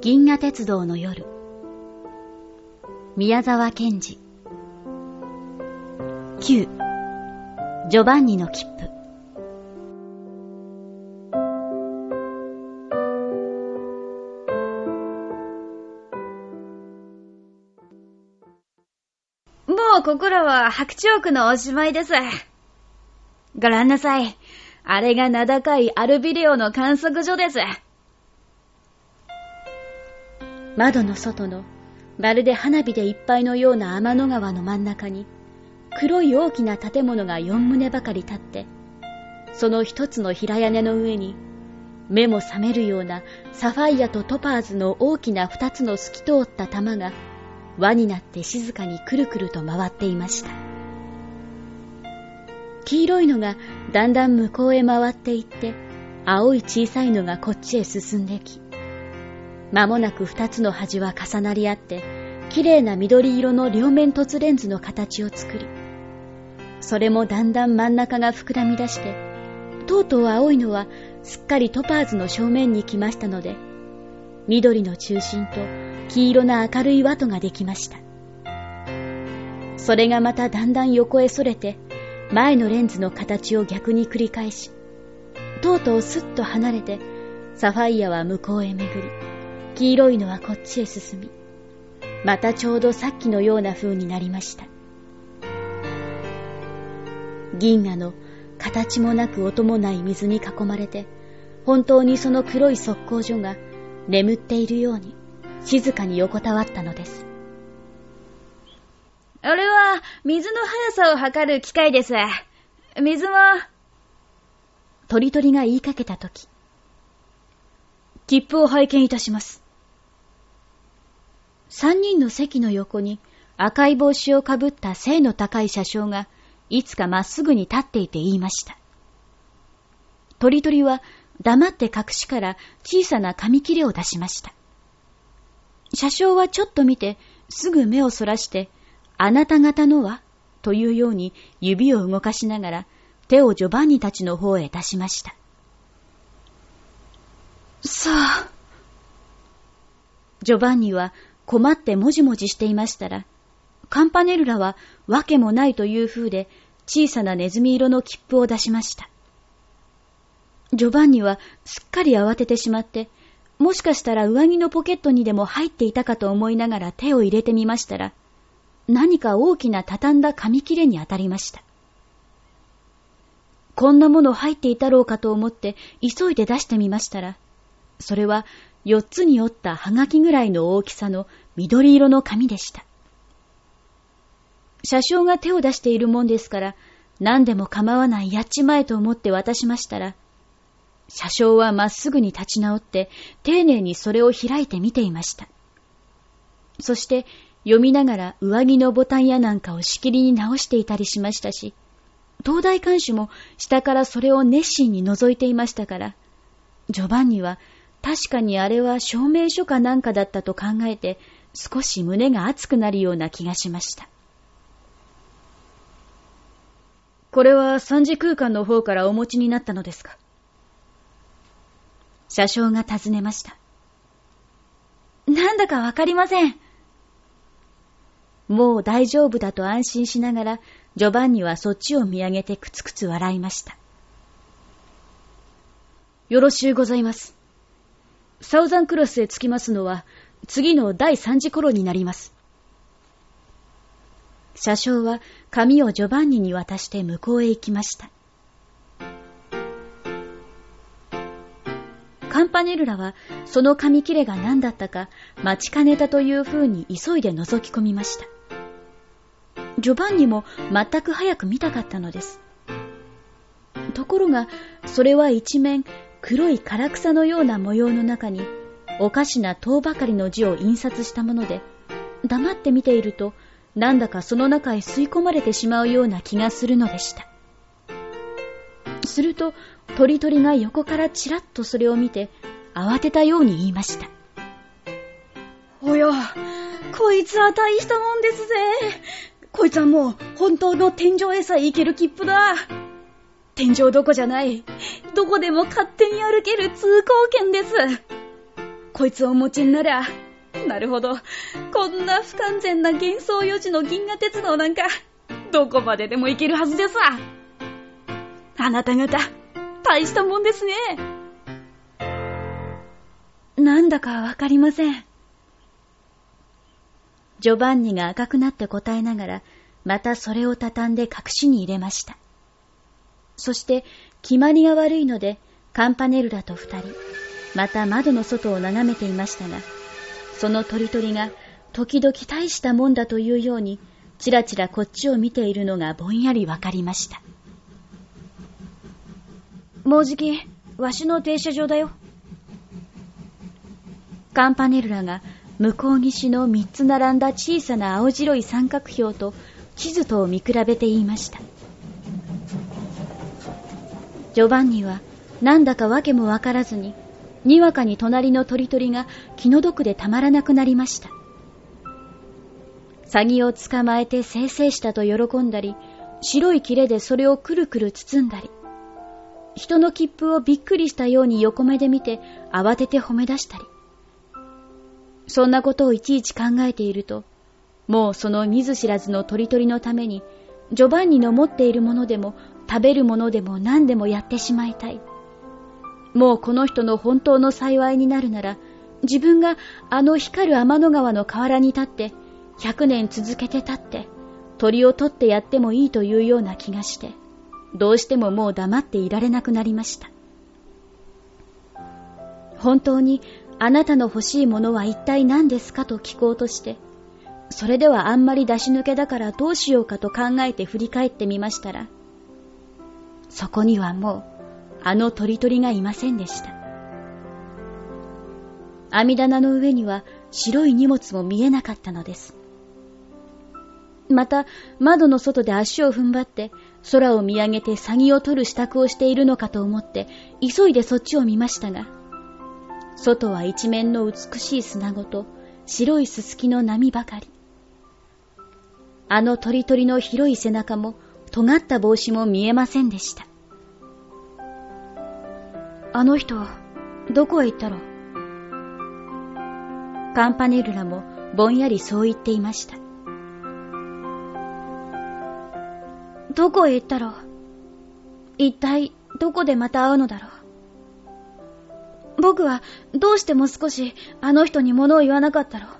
銀河鉄道の夜。宮沢賢治。9、ジョバンニの切符。 もうここらは白鳥区のおしまいです。ご覧なさい。あれが名高いアルビレオの観測所です。 窓の外のまるで花火でいっぱいのような天の川の真ん中に黒い大きな建物が4棟ばかり立って、その一つの平屋根の上に目も覚めるようなサファイアとトパーズの大きな2つの透き通った玉が輪になって静かにくるくると回っていました。黄色いのがだんだん向こうへ回っていって、青い小さいのがこっちへ進んでき、間もなく2つの端は重なり合って、きれいな緑色の両面凸レンズの形を作り、それもだんだん真ん中が膨らみ出して、とうとう青いのはすっかりトパーズの正面に来ましたので、緑の中心と黄色な明るい輪とができました。それがまただんだん横へそれて、前のレンズの形を逆に繰り返し、とうとうすっと離れて、サファイアは向こうへ巡り、黄色いのはこっちへ進み、またちょうどさっきのような風になりました。銀河の形もなく音もない水に囲まれて、本当にその黒い測候所が眠っているように静かに横たわったのです。 あれは水の速さを測る機械です。水はトリトリが言いかけたとき、 切符を拝見いたします。 3人の席の横に赤い帽子をかぶった背の高い車掌がいつかまっすぐに立っていて言いました。トリトリは黙って隠しから小さな紙切れを出しました。車掌はちょっと見てすぐ目をそらして、あなた方のはというように指を動かしながら手をジョバンニたちの方へ出しました。 さあ。 ジョバンニは困ってもじもじしていましたら、カンパネルラはわけもないという風で小さなネズミ色の切符を出しました。ジョバンニはすっかり慌ててしまって、もしかしたら上着のポケットにでも入っていたかと思いながら手を入れてみましたら、何か大きな畳んだ紙切れに当たりました。こんなもの入っていたろうかと思って急いで出してみましたら、それは4つに折ったはがきぐらいの大きさの緑色の紙でした。車掌が手を出しているもんですから、何でも構わないやっちまえと思って渡しましたら、車掌はまっすぐに立ち直って丁寧にそれを開いて見ていました。そして読みながら上着のボタンやなんかをしきりに直していたりしましたし、東大看守も下からそれを熱心に覗いていましたから、ジョバンニは確かにあれは証明書かなんかだったと考えて、少し胸が熱くなるような気がしました。 これは三次空間の方からお持ちになったのですか？ 車掌が尋ねました。 なんだかわかりません。 もう大丈夫だと安心しながら、ジョバンニはそっちを見上げてくつくつ笑いました。 よろしゅうございます。サウザンクロスへ着きますのは、次の第3時頃になります。 車掌は紙をジョバンニに渡して向こうへ行きました。カンパネルラはその紙切れが何だったか待ちかねたというふうに急いで覗き込みました。ジョバンニも全く早く見たかったのです。ところがそれは一面黒い唐草のような模様の中におかしな塔ばかりの字を印刷したもので、黙って見ているとなんだかその中へ吸い込まれてしまうような気がするのでした。するとトリトリが横からちらっとそれを見て慌てたように言いました。 おや、こいつは大したもんですぜ。こいつはもう本当の天井へさえ行ける切符だ。天井どこじゃない。どこでも勝手に歩ける通行券です。 こいつをお持ちになりゃ、なるほど、こんな不完全な幻想予知の銀河鉄道なんか、どこまででも行けるはずですわ。あなた方、大したもんですね。なんだかわかりません。 ジョバンニが赤くなって答えながら、またそれを畳んで隠しに入れました。そして、決まりが悪いので、カンパネルラと二人、また窓の外を眺めていましたが、その鳥々が時々大したもんだというように、ちらちらこっちを見ているのがぼんやりわかりました。 もうじき、わしの停車場だよ。 カンパネルラが向こう岸の三つ並んだ小さな青白い三角標と地図とを見比べて言いました。ジョバンニはなんだかわけもわからずに、にわかに隣の鳥々が気の毒でたまらなくなりました。サギを捕まえて生々したと喜んだり、白い切れでそれをくるくる包んだり、人の切符をびっくりしたように横目で見て慌てて褒め出したり、そんなことをいちいち考えていると、もうその見ず知らずの鳥々のために、ジョバンニの持っているものでも食べるものでも何でもやってしまいたい。もうこの人の本当の幸いになるなら、自分があの光る天の川の河原に立って、100年続けて立って、鳥を取ってやってもいいというような気がして、どうしてももう黙っていられなくなりました。本当にあなたの欲しいものは一体何ですかと聞こうとして、それではあんまり出し抜けだからどうしようかと考えて振り返ってみましたら、そこにはもうあの鳥々がいませんでした。網棚の上には白い荷物も見えなかったのです。また窓の外で足を踏ん張って空を見上げてサギを取る支度をしているのかと思って急いでそっちを見ましたが、外は一面の美しい砂ごと白いすすきの波ばかり。あの鳥々の広い背中も尖った帽子も見えませんでした。 あの人どこへ行ったろう。 カンパネルラもぼんやりそう言っていました。 どこへ行ったろう。一体どこでまた会うのだろう。僕はどうしても少しあの人に物を言わなかったろう。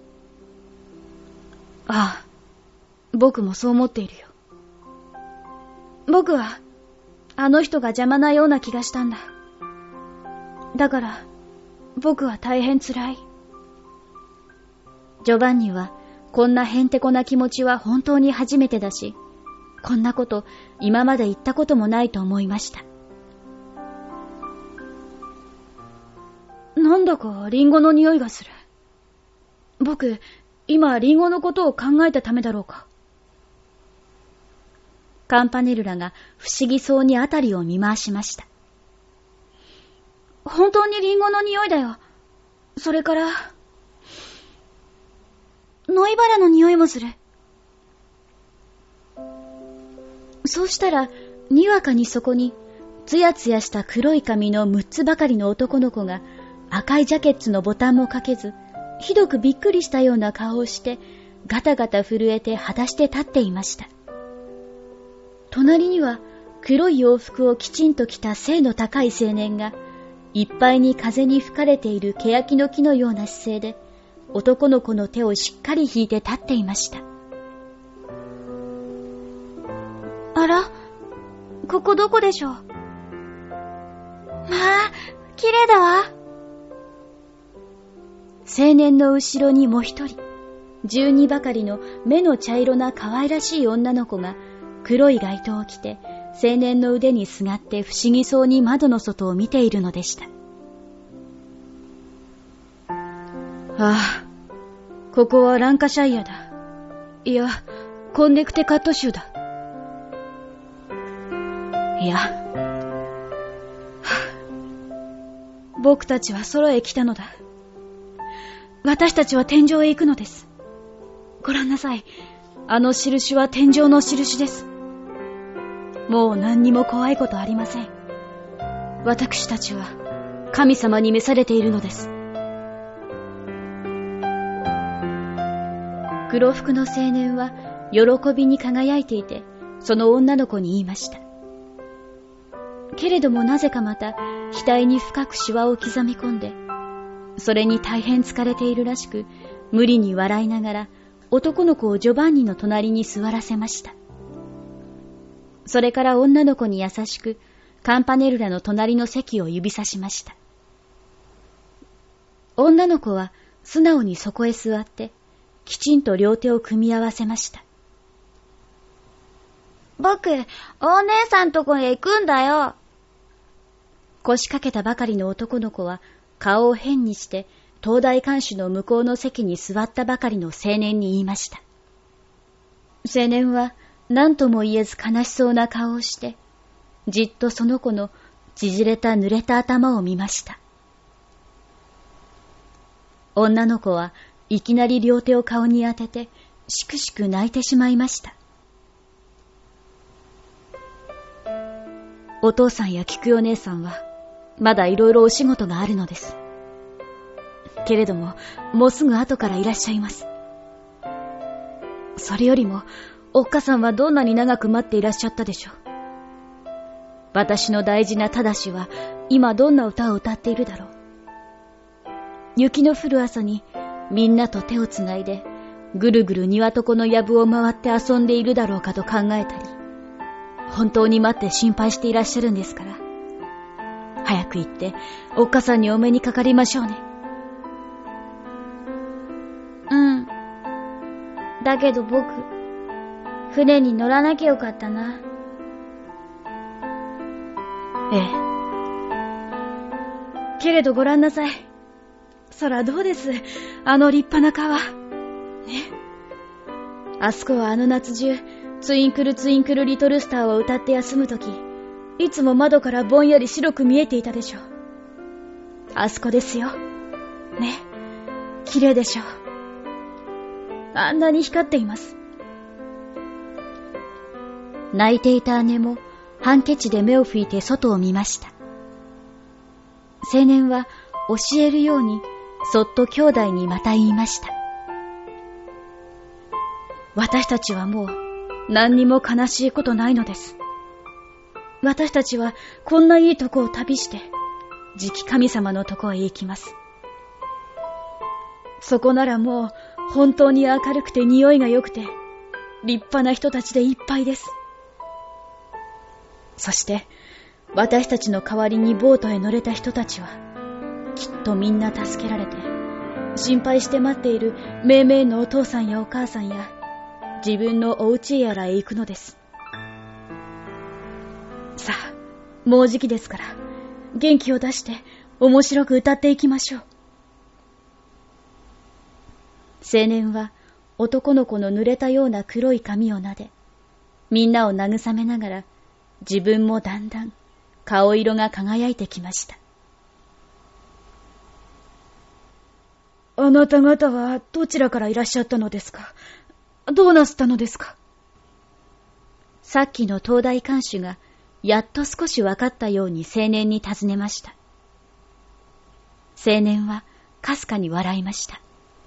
ああ、僕もそう思っているよ。 僕はあの人が邪魔なような気がしたんだ。だから僕は大変辛い。 ジョバンニはこんなへんてこな気持ちは本当に初めてだし、こんなこと今まで言ったこともないと思いました。 なんだかリンゴの匂いがする。僕、今リンゴのことを考えたためだろうか。 カンパネルラが不思議そうにあたりを見回しました。 本当にリンゴの匂いだよ。それから、ノイバラの匂いもする。 そうしたら、にわかにそこに、つやつやした黒い髪の6つばかりの男の子が、赤いジャケッツのボタンもかけず、ひどくびっくりしたような顔をして、ガタガタ震えて裸足で立っていました。隣には、黒い洋服をきちんと着た背の高い青年が、いっぱいに風に吹かれている欅の木のような姿勢で、男の子の手をしっかり引いて立っていました。 あら、ここどこでしょう。まあ、綺麗だわ。 青年の後ろにもう一人、12ばかりの目の茶色な可愛らしい女の子が黒い街灯を着て青年の腕にすがって不思議そうに窓の外を見ているのでした。ああ、ここはランカシャイアだ。いや、コンネクティカット州だ。いや、僕たちは空へ来たのだ。私たちは天井へ行くのです。ご覧なさい。あの印は天井の印です。もう何にも怖いことありません。私たちは神様に召されているのです。 黒服の青年は喜びに輝いていて、その女の子に言いました。けれどもなぜかまた額に深くシワを刻み込んで、それに大変疲れているらしく、無理に笑いながら男の子をジョバンニの隣に座らせました。それから女の子に優しくカンパネルラの隣の席を指さしました。女の子は素直にそこへ座ってきちんと両手を組み合わせました。 僕、お姉さんとこへ行くんだよ。 腰掛けたばかりの男の子は顔を変にして東大看守の向こうの席に座ったばかりの青年に言いました。青年は何とも言えず悲しそうな顔をして、じっとその子の縮れた濡れた頭を見ました。女の子はいきなり両手を顔に当てて、しくしく泣いてしまいました。お父さんや菊代姉さんは、まだいろいろお仕事があるのです。けれども、もうすぐ後からいらっしゃいます。それよりも、おっかさんはどんなに長く待っていらっしゃったでしょう。私の大事なただしは、今どんな歌を歌っているだろう。雪の降る朝に、みんなと手をつないで、ぐるぐる庭床の藪を回って遊んでいるだろうかと考えたり、本当に待って心配していらっしゃるんですから、早く行って、おっかさんにお目にかかりましょうね。 だけど僕、船に乗らなきゃよかったな。 ええ。けれどごらんなさい。空どうです、あの立派な川。ね。あそこはあの夏中、ツインクルツインクルリトルスターを歌って休むとき、いつも窓からぼんやり白く見えていたでしょう。あそこですよ。ね。綺麗でしょう。あんなに光っています。泣いていた姉もハンケチで目を拭いて外を見ました。青年は教えるようにそっと兄弟にまた言いました。私たちはもう何にも悲しいことないのです。私たちはこんないいとこを旅して次期神様のとこへ行きます。そこならもう本当に明るくて匂いが良くて立派な人たちでいっぱいです。そして私たちの代わりにボートへ乗れた人たちはきっとみんな助けられて心配して待っているめいめいのお父さんやお母さんや自分のお家やらへ行くのです。さあ、もうじきですから元気を出して面白く歌っていきましょう。青年は男の子の濡れたような黒い髪を撫で、みんなを慰めながら自分もだんだん顔色が輝いてきました。あなた方はどちらからいらっしゃったのですか？どうなすったのですか？さっきの東大看守がやっと少し分かったように青年に尋ねました。青年はかすかに笑いました。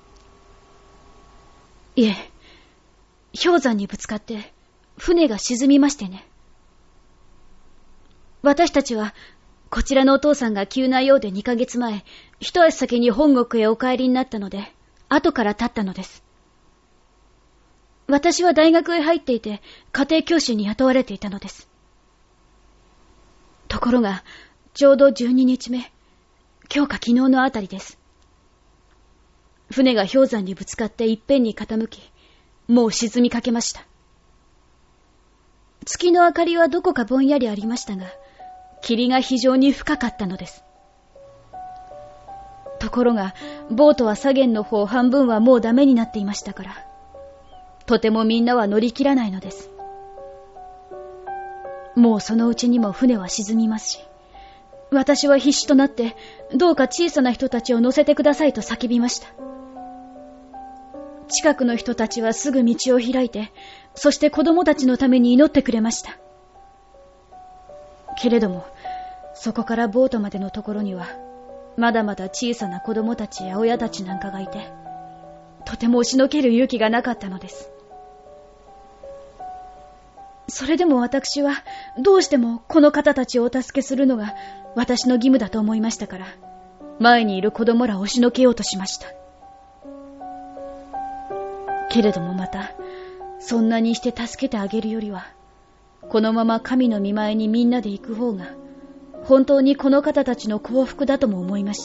いえ、氷山にぶつかって船が沈みましてね。私たちはこちらのお父さんが急なようで2ヶ月前、一足先に本国へお帰りになったので、後から経ったのです。私は大学へ入っていて、家庭教師に雇われていたのです。ところが、ちょうど12日目、今日か昨日のあたりです。船が氷山にぶつかっていっぺんに傾き、もう沈みかけました。月の明かりはどこかぼんやりありましたが、霧が非常に深かったのです。ところが、ボートは左舷の方半分はもうダメになっていましたから、とてもみんなは乗り切らないのです。もうそのうちにも船は沈みますし、私は必死となって、どうか小さな人たちを乗せてくださいと叫びました。近くの人たちはすぐ道を開いて、そして子供たちのために祈ってくれました。けれども、そこからボートまでのところには、まだまだ小さな子供たちや親たちなんかがいて、 とても押しのける勇気がなかったのです。それでも私はどうしてもこの方たちをお助けするのが私の義務だと思いましたから、前にいる子供らを押しのけようとしました。けれどもまた、そんなにして助けてあげるよりは、このまま神の御前にみんなで行く方が、本当にこの方たちの幸福だとも思いました。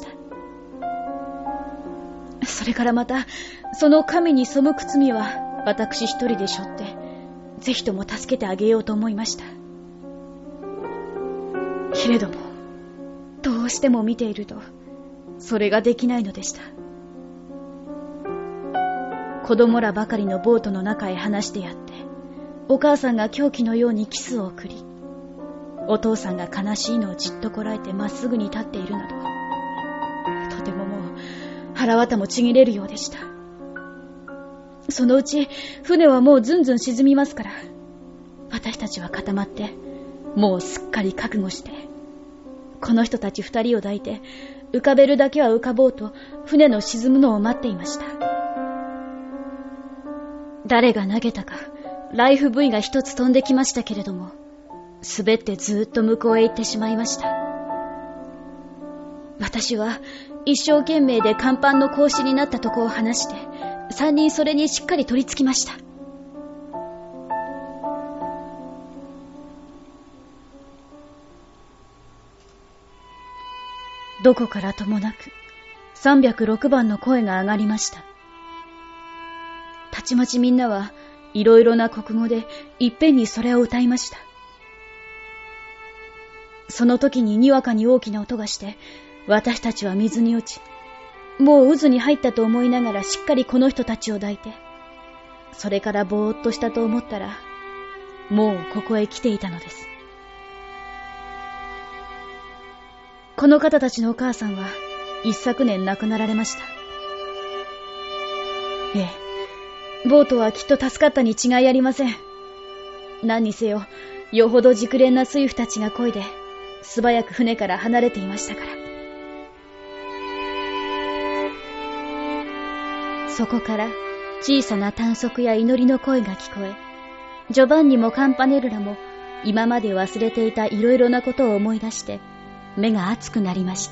それからまた、その神に背く罪は私一人で背負って、ぜひとも助けてあげようと思いました。けれども、どうしても見ていると、それができないのでした。子供らばかりのボートの中へ放してやって、お母さんが狂気のようにキスを送り、お父さんが悲しいのをじっとこらえてまっすぐに立っているなど、とてももう腹渡もちぎれるようでした。そのうち船はもうずんずん沈みますから、私たちは固まって、もうすっかり覚悟して、この人たち二人を抱いて、浮かべるだけは浮かぼうと船の沈むのを待っていました。誰が投げたか、ライフブイが一つ飛んできましたけれども、滑ってずっと向こうへ行ってしまいました。私は一生懸命で甲板の格子になったとこを離して、三人それにしっかり取り付きました。どこからともなく306番の声が上がりました。たちまちみんなはいろいろな国語でいっぺんにそれを歌いました。その時ににわかに大きな音がして、私たちは水に落ち、もう渦に入ったと思いながらしっかりこの人たちを抱いて、それからぼーっとしたと思ったら、もうここへ来ていたのです。この方たちのお母さんは一昨年亡くなられました。ええ、ボートはきっと助かったに違いありません。何にせよ、よほど熟練な水夫たちが漕いで、素早く船から離れていましたから。そこから小さな短足や祈りの声が聞こえ、ジョバンニもカンパネルラも今まで忘れていたいろいろなことを思い出して目が熱くなりました。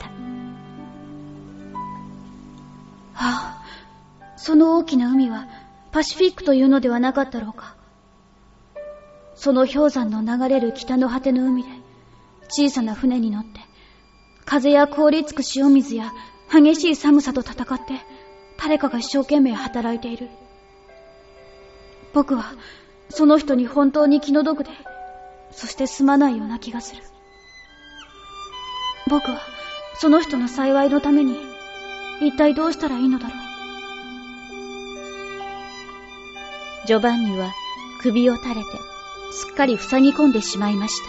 ああ、その大きな海はパシフィックというのではなかったろうか。その氷山の流れる北の果ての海で小さな船に乗って風や凍りつく塩水や激しい寒さと戦って誰かが一生懸命働いている。僕はその人に本当に気の毒で、そしてすまないような気がする。僕はその人の幸いのために一体どうしたらいいのだろう。ジョバンニは首を垂れてすっかり塞ぎ込んでしまいました。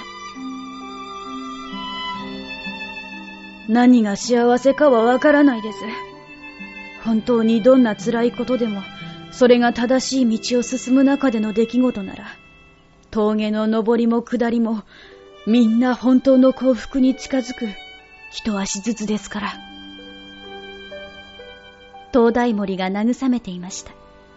何が幸せかはわからないです。本当にどんな辛いことでも、それが正しい道を進む中での出来事なら、峠の上りも下りも、みんな本当の幸福に近づく一足ずつですから。灯台森が慰めていました。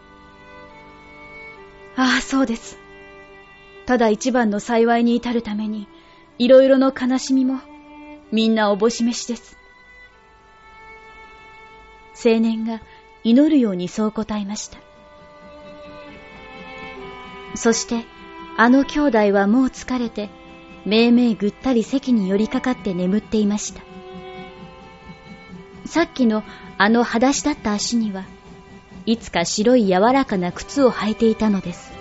ああ、そうです。ただ一番の幸いに至るために、いろいろの悲しみも、みんなおぼし召しです。青年が祈るようにそう答えました。そしてあの兄弟はもう疲れて、めいめいぐったり席に寄りかかって眠っていました。さっきのあの裸足だった足には、いつか白い柔らかな靴を履いていたのです。